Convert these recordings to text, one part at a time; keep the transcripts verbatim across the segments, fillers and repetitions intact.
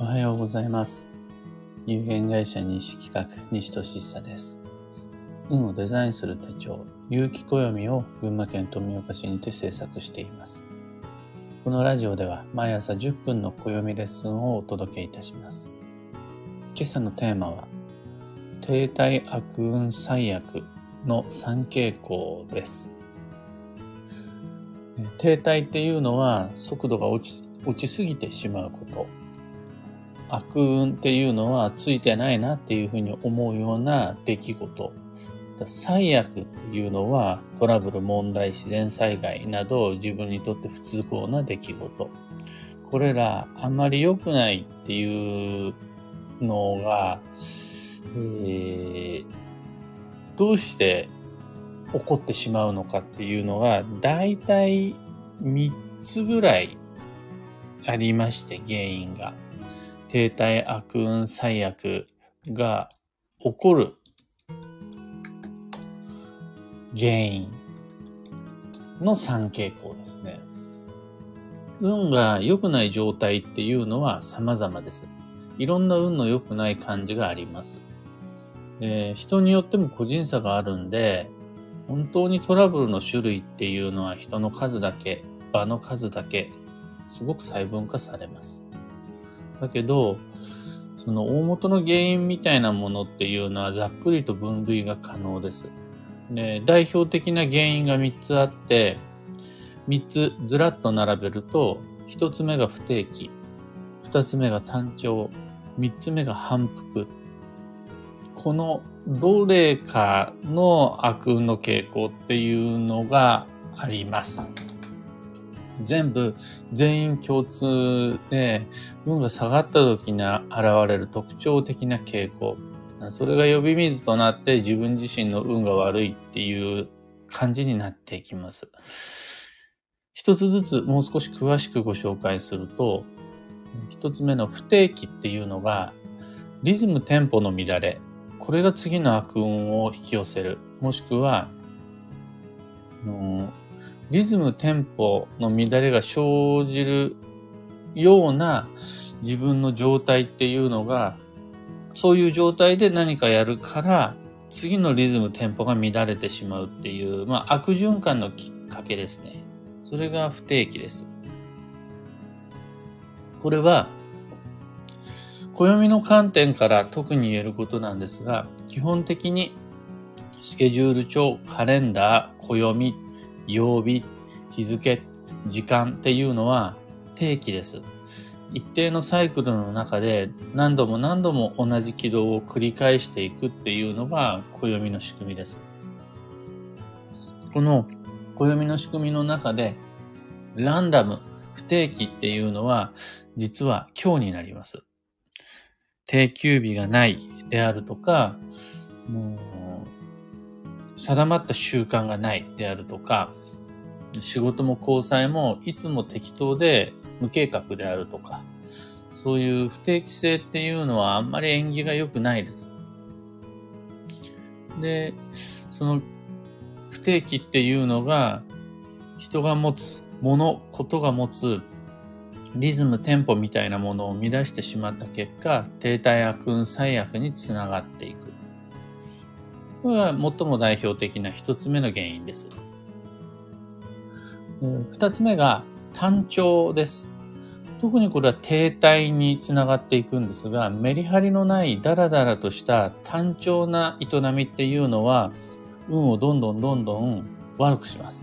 おはようございます。有限会社西企画西俊久です。運をデザインする手帳、有機暦を群馬県富岡市にて制作しています。このラジオでは毎朝じゅっぷんの暦レッスンをお届けいたします。今朝のテーマは、停滞悪運最悪のさん傾向です。停滞っていうのは速度が落ち、落ちすぎてしまうこと。悪運っていうのはついてないなっていうふうに思うような出来事。最悪っていうのはトラブル、問題、自然災害など自分にとって不都合な出来事。これらあんまり良くないっていうのが、えー、どうして起こってしまうのかっていうのがだいたいみっつぐらいありまして、原因が。停滞悪運最悪が起こる原因のさん傾向ですね。運が良くない状態っていうのは様々です。いろんな運の良くない感じがあります。えー、人によっても個人差があるんで、本当にトラブルの種類っていうのは人の数だけ、場の数だけ、すごく細分化されます。だけど、その大元の原因みたいなものっていうのはざっくりと分類が可能です。で、代表的な原因がみっつあって、みっつずらっと並べると、ひとつめが不定期、ふたつめが単調、みっつめが反復。このどれかの悪運の傾向っていうのがあります。全部全員共通で、運が下がった時に現れる特徴的な傾向。それが呼び水となって自分自身の運が悪いっていう感じになっていきます。一つずつもう少し詳しくご紹介すると、一つ目の不定期っていうのが、リズムテンポの乱れ。これが次の悪運を引き寄せる。もしくは、うんリズム、テンポの乱れが生じるような自分の状態っていうのが、そういう状態で何かやるから、次のリズム、テンポが乱れてしまうっていう、まあ悪循環のきっかけですね。それが不定期です。これは、暦の観点から特に言えることなんですが、基本的にスケジュール帳、カレンダー、暦、曜日、日付、時間っていうのは定期です。一定のサイクルの中で何度も何度も同じ軌道を繰り返していくっていうのが暦の仕組みです。この暦の仕組みの中でランダム、不定期っていうのは実は今日になります。定休日がないであるとか、もう定まった習慣がないであるとか、仕事も交際もいつも適当で無計画であるとか、そういう不定期性っていうのはあんまり縁起が良くないです。で、その不定期っていうのが人が持つもの、ことが持つリズム、テンポみたいなものを乱してしまった結果、停滞悪運最悪につながっていく。これが最も代表的な一つ目の原因です。二つ目が単調です。特にこれは停滞につながっていくんですが、メリハリのないダラダラとした単調な営みっていうのは、運をどんどんどんどん悪くします。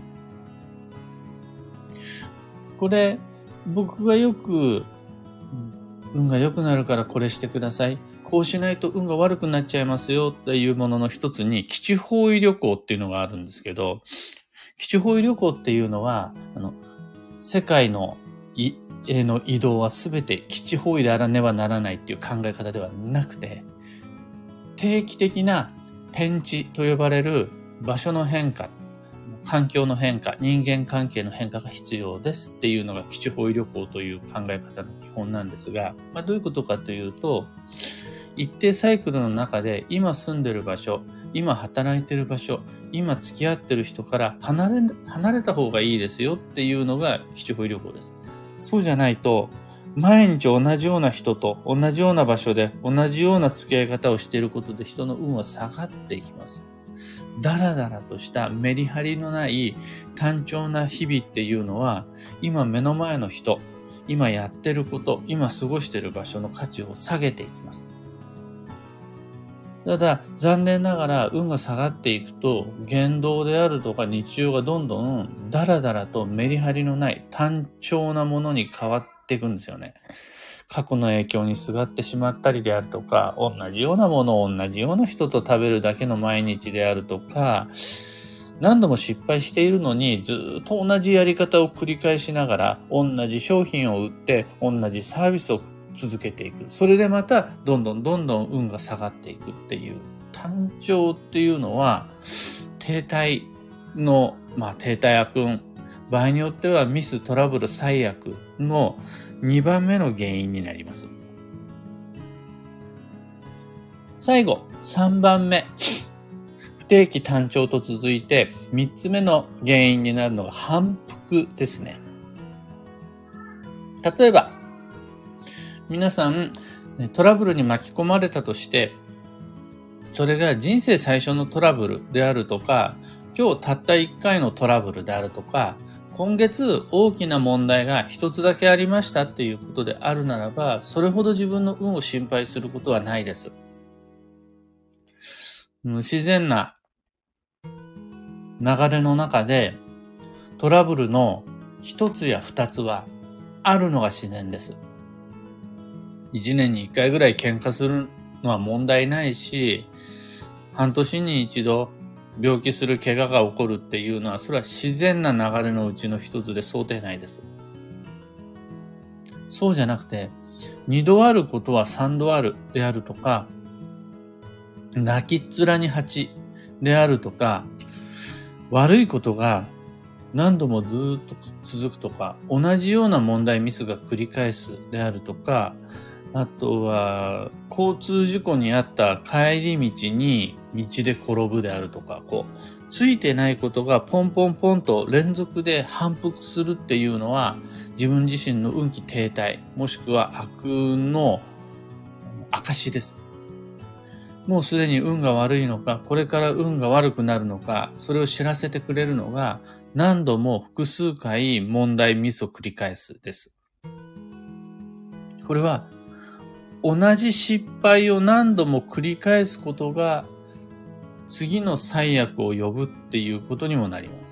これ、僕がよく、運が良くなるからこれしてください。こうしないと運が悪くなっちゃいますよっていうものの一つに、基地方位旅行っていうのがあるんですけど、基地方位旅行っていうのは、あの、世界のいへの移動はすべて基地方位であらねばならないっていう考え方ではなくて、定期的な天地と呼ばれる場所の変化、環境の変化、人間関係の変化が必要ですっていうのが基地方位旅行という考え方の基本なんですが、まあ、どういうことかというと、一定サイクルの中で今住んでる場所、今働いてる場所、今付き合ってる人から離れ、離れた方がいいですよっていうのが基地方位旅行です。そうじゃないと、 毎日同じような人と同じような場所で同じような付き合い方をしていることで人の運は下がっていきます。だらだらとしたメリハリのない単調な日々っていうのは、今目の前の人、今やってること、今過ごしている場所の価値を下げていきます。ただ、残念ながら運が下がっていくと、言動であるとか日常がどんどんだらだらとメリハリのない単調なものに変わっていくんですよね。過去の影響にすがってしまったりであるとか、同じようなものを同じような人と食べるだけの毎日であるとか、何度も失敗しているのにずっと同じやり方を繰り返しながら、同じ商品を売って同じサービスを続けていく。それでまたどんどんどんどん運が下がっていくっていう単調っていうのは停滞の、まあ停滞悪運、場合によってはミス、トラブル、最悪のにばんめの原因になります。最後、さんばんめ。不定期単調と続いてみっつめの原因になるのが反復ですね。例えば、皆さんトラブルに巻き込まれたとして、それが人生最初のトラブルであるとか、今日たったいっかいのトラブルであるとか、今月大きな問題が一つだけありましたっていうことであるならば、それほど自分の運を心配することはないです。自然な流れの中でトラブルの一つや二つはあるのが自然です。一年に一回ぐらい喧嘩するのは問題ないし、半年に一度病気する怪我が起こるっていうのは、それは自然な流れのうちの一つで想定内です。そうじゃなくて、二度あることは三度あるであるとか、泣きっ面に蜂であるとか、悪いことが何度もずっと続くとか、同じような問題ミスが繰り返すであるとか、あとは交通事故にあった帰り道に道で転ぶであるとか、こうついてないことがポンポンポンと連続で反復するっていうのは、自分自身の運気停滞、もしくは悪運の証です。もうすでに運が悪いのか、これから運が悪くなるのか、それを知らせてくれるのが、何度も複数回問題ミスを繰り返すです。これは同じ失敗を何度も繰り返すことが次の最悪を呼ぶっていうことにもなります。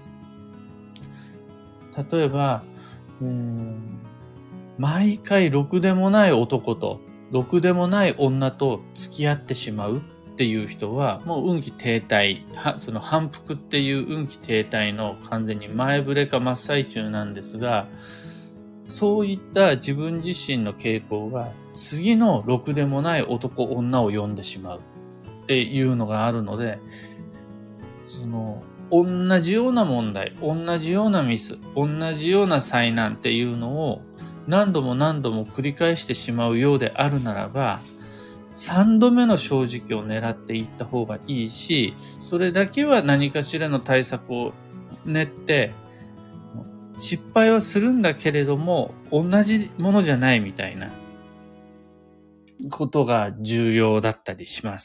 例えば、うーん毎回ろくでもない男とろくでもない女と付き合ってしまうっていう人は、もう運気停滞、その反復っていう運気停滞の完全に前触れか真っ最中なんですが、そういった自分自身の傾向が次のろくでもない男女を呼んでしまうっていうのがあるので、その同じような問題、同じようなミス、同じような災難っていうのを何度も何度も繰り返してしまうようであるならば、三度目の正直を狙っていった方がいいし、それだけは何かしらの対策を練って、失敗はするんだけれども、同じものじゃないみたいなことが重要だったりします。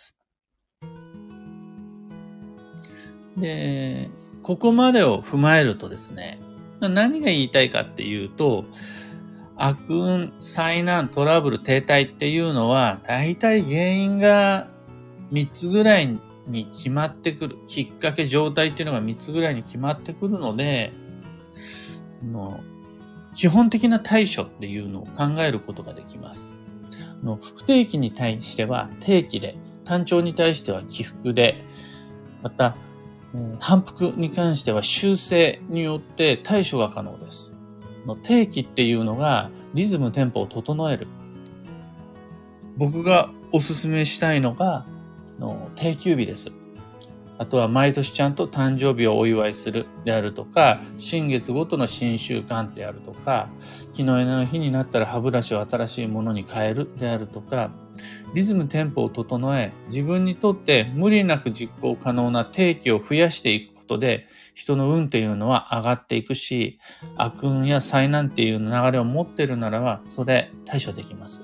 で、ここまでを踏まえるとですね、何が言いたいかっていうと、悪運、災難、トラブル、停滞っていうのは、大体原因がみっつぐらいに決まってくる。きっかけ、状態っていうのがみっつぐらいに決まってくるので、その基本的な対処っていうのを考えることができます。の不定期に対しては定期で、単調に対しては起伏で、また、うん、反復に関しては修正によって対処が可能です。の定期っていうのがリズムテンポを整える。僕がおすすめしたいのがの定休日です。あとは毎年ちゃんと誕生日をお祝いするであるとか、新月ごとの新習慣であるとか、木の枝の日になったら歯ブラシを新しいものに変えるであるとか、リズムテンポを整え、自分にとって無理なく実行可能な定期を増やしていくこことで、人の運っていうのは上がっていくし、悪運や災難っていう流れを持ってるならば、それ対処できます。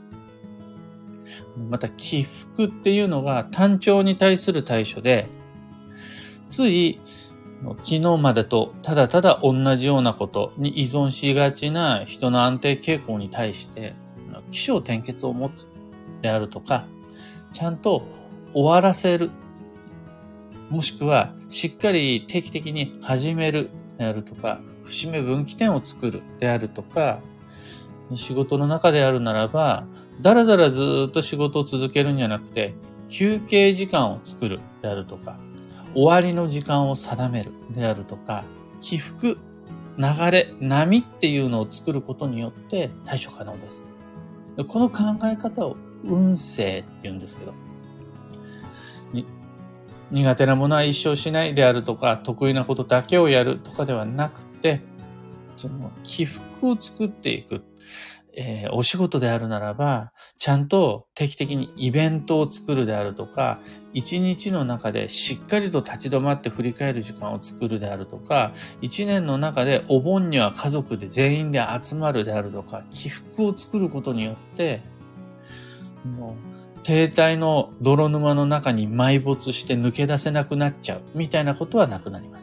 また、起伏っていうのが単調に対する対処で、つい、昨日までとただただ同じようなことに依存しがちな人の安定傾向に対して、起承転結を持つであるとか、ちゃんと終わらせる、もしくはしっかり定期的に始めるであるとか、節目分岐点を作るであるとか、仕事の中であるならば、だらだらずっと仕事を続けるんじゃなくて、休憩時間を作るであるとか、終わりの時間を定めるであるとか、起伏、流れ、波っていうのを作ることによって対処可能です。この考え方を運勢って言うんですけど、に苦手なものは一生しないであるとか、得意なことだけをやるとかではなくて、その起伏を作っていく。えー、お仕事であるならば、ちゃんと定期的にイベントを作るであるとか、一日の中でしっかりと立ち止まって振り返る時間を作るであるとか、一年の中でお盆には家族で全員で集まるであるとか、起伏を作ることによって、もう停滞の泥沼の中に埋没して抜け出せなくなっちゃうみたいなことはなくなります。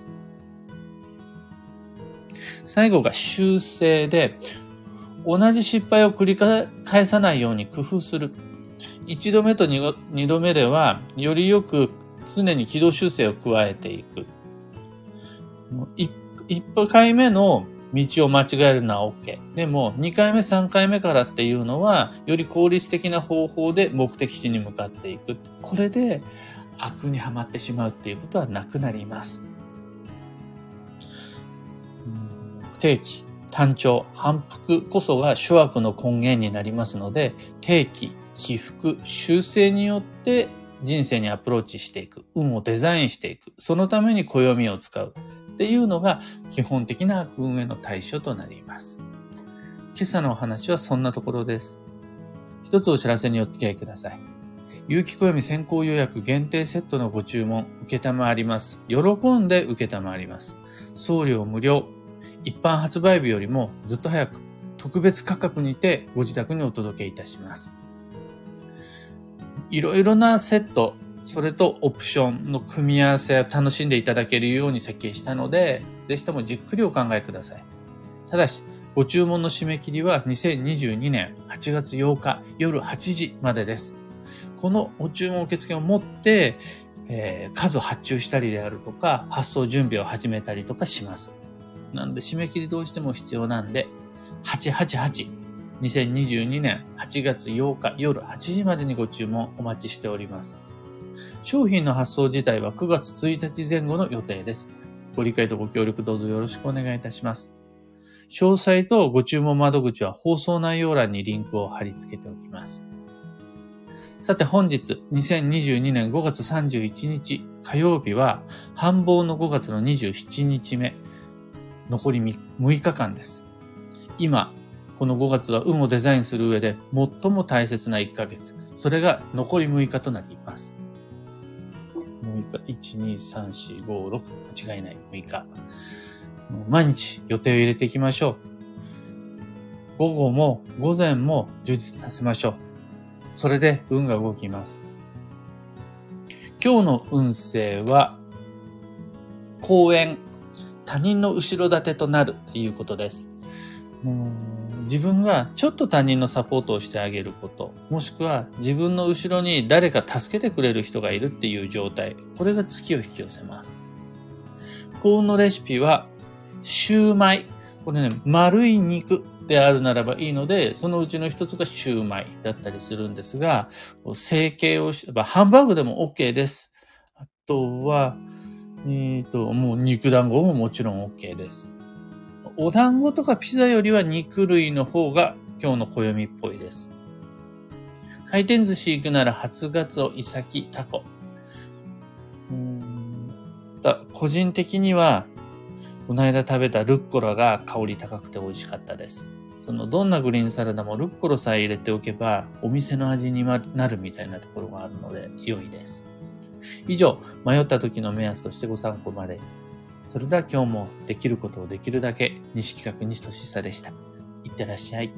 最後が修正で、同じ失敗を繰り返さないように工夫する。一度目と二度目では、よりよく常に軌道修正を加えていく。一回目の道を間違えるのは OK。でも、二回目、三回目からっていうのは、より効率的な方法で目的地に向かっていく。これで悪にはまってしまうっていうことはなくなります。定期。単調、反復こそが諸悪の根源になりますので、定期、起伏、修正によって人生にアプローチしていく、運をデザインしていく、そのために暦を使うっていうのが基本的な悪運への対処となります。今朝のお話はそんなところです。一つお知らせにお付き合いください。有機暦先行予約限定セットのご注文、受けたまわります。喜んで受けたまわります。送料無料。一般発売日よりもずっと早く特別価格にてご自宅にお届けいたします。いろいろなセット、それとオプションの組み合わせを楽しんでいただけるように設計したので、ぜひともじっくりお考えください。ただし、ご注文の締め切りはにせんにじゅうにねんはちがつようか夜はちじまでです。このお注文受付をもって、えー、数発注したりであるとか、発送準備を始めたりとかします。なので、締め切りどうしても必要なんで、はちはちはち、にせんにじゅうにねんはちがつようか夜はちじまでにご注文お待ちしております。商品の発送自体はくがつついたちぜん後の予定です。ご理解とご協力どうぞよろしくお願いいたします。詳細とご注文窓口は放送内容欄にリンクを貼り付けておきます。さて本日、にせんにじゅうにねんごがつさんじゅういちにち火曜日は、繁忙のごがつのにじゅうしちにちめ、残りむいかかんです。今、このごがつは運をデザインする上で最も大切ないっかげつ。それが残りむいかとなります。むいか、いち、に、さん、よん、ご、ろく、間違いないむいか。毎日予定を入れていきましょう。午後も午前も充実させましょう。それで運が動きます。今日の運勢は、好縁。他人の後ろ盾となるということです。もう自分がちょっと他人のサポートをしてあげること、もしくは自分の後ろに誰か助けてくれる人がいるっていう状態、これが月を引き寄せます。幸運のレシピは、シューマイ。これね、丸い肉であるならばいいので、そのうちの一つがシューマイだったりするんですが、成形をし、ハンバーグでも OK です。あとは、えっと、もう肉団子ももちろん OK です。お団子とかピザよりは肉類の方が今日の暦っぽいです。回転寿司行くなら初ガツオ、イサキ、タコ。うーんだ個人的には、この間食べたルッコラが香り高くて美味しかったです。そのどんなグリーンサラダもルッコラさえ入れておけばお店の味になるみたいなところがあるので良いです。 以上、迷った時の目安としてご参考まで。それでは今日もできることをできるだけ、西企画西俊久でした。いってらっしゃい。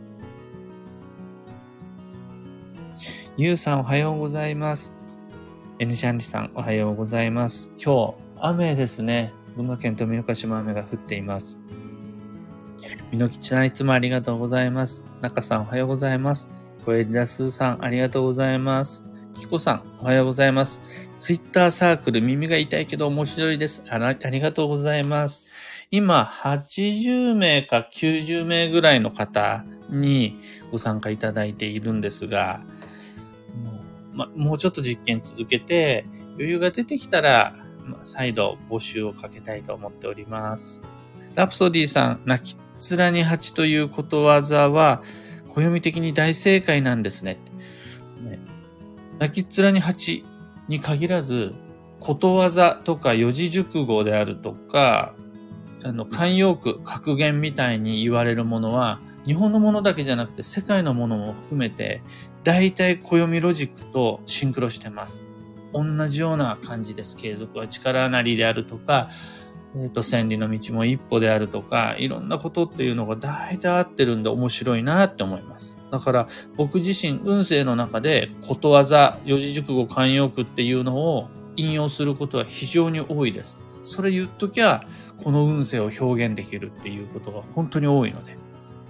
ゆうさんおはようございます。エヌシャンリさんおはようございます。今日、雨ですね。群馬県富岡市も雨が降っています。みのきちさんいつもありがとうございます。中さんおはようございます。小枝田すーさんありがとうございます。きこさんおはようございます。ツイッターサークル耳が痛いけど面白いです。あら、ありがとうございます。今、はちじゅうめいかきゅうじゅうめいぐらいの方にご参加いただいているんですが、もう、ま、もうちょっと実験続けて、余裕が出てきたら、ま、再度募集をかけたいと思っております。ラプソディさん、泣きっ面に蜂ということわざは、暦的に大正解なんですね。ね、泣きっ面に蜂に限らず、ことわざとか四字熟語であるとか、あの、慣用句、格言みたいに言われるものは、日本のものだけじゃなくて世界のものも含めて、大体暦ロジックとシンクロしてます。同じような感じです。継続は力なりであるとか、えっと、千里の道も一歩であるとか、いろんなことっていうのが大体合ってるんで面白いなって思います。だから僕自身運勢の中でことわざ、四字熟語、慣用句っていうのを引用することは非常に多いです。それ言っときゃ、この運勢を表現できるっていうことが本当に多いので。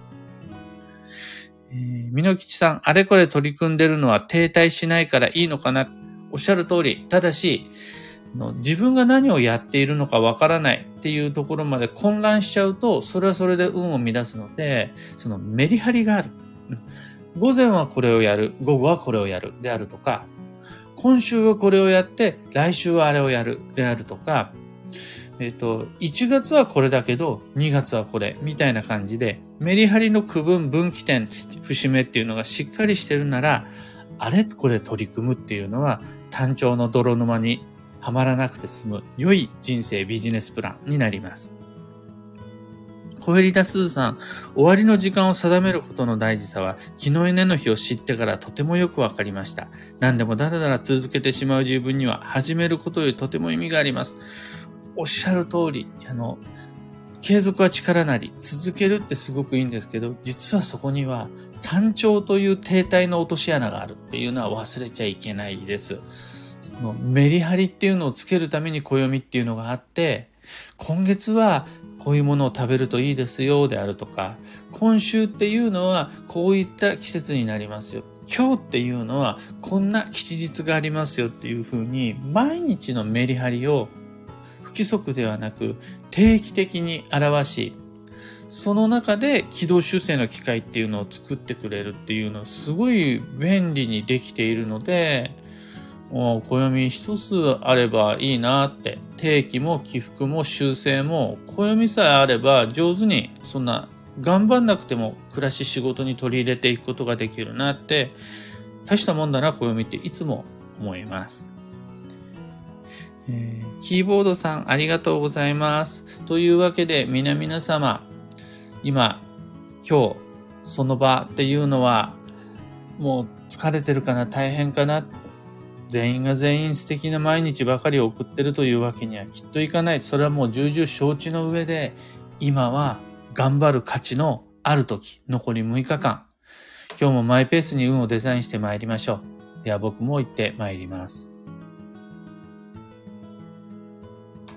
えー、みのきちさん、あれこれ取り組んでるのは停滞しないからいいのかな。おっしゃる通り。ただし、自分が何をやっているのかわからないっていうところまで混乱しちゃうと、それはそれで運を乱すので、そのメリハリがある。午前はこれをやる、午後はこれをやるであるとか、今週はこれをやって、来週はあれをやるであるとか、えっと、いちがつはこれだけど、にがつはこれ、みたいな感じで、メリハリの区分、分岐点、節目っていうのがしっかりしてるなら、あれこれ取り組むっていうのは、単調の泥沼にはまらなくて済む、良い人生ビジネスプランになります。小エリダスーさん、終わりの時間を定めることの大事さは、昨日エネの日を知ってからとてもよくわかりました。何でもだらだら続けてしまう自分には、始めることよりとても意味があります。おっしゃる通り、あの、継続は力なり、続けるってすごくいいんですけど、実はそこには単調という停滞の落とし穴があるっていうのは忘れちゃいけないです。メリハリっていうのをつけるために暦っていうのがあって、今月はこういうものを食べるといいですよであるとか、今週っていうのはこういった季節になりますよ。今日っていうのはこんな吉日がありますよっていうふうに、毎日のメリハリを不規則ではなく定期的に表し、その中で軌道修正の機会っていうのを作ってくれるっていうのはすごい便利にできているので、もう暦一つあればいいなって、定期も起伏も修正も暦さえあれば上手に、そんな頑張んなくても暮らし仕事に取り入れていくことができるなって、大したもんだな暦っていつも思います。えー、キーボードさんありがとうございます。というわけで皆々様、今今日その場っていうのはもう疲れてるかな、大変かな、全員が全員素敵な毎日ばかりを送ってるというわけにはきっといかない。それはもう重々承知の上で、今は頑張る価値のある時、残りむいかかん、今日もマイペースに運をデザインしてまいりましょう。では僕も行ってまいります。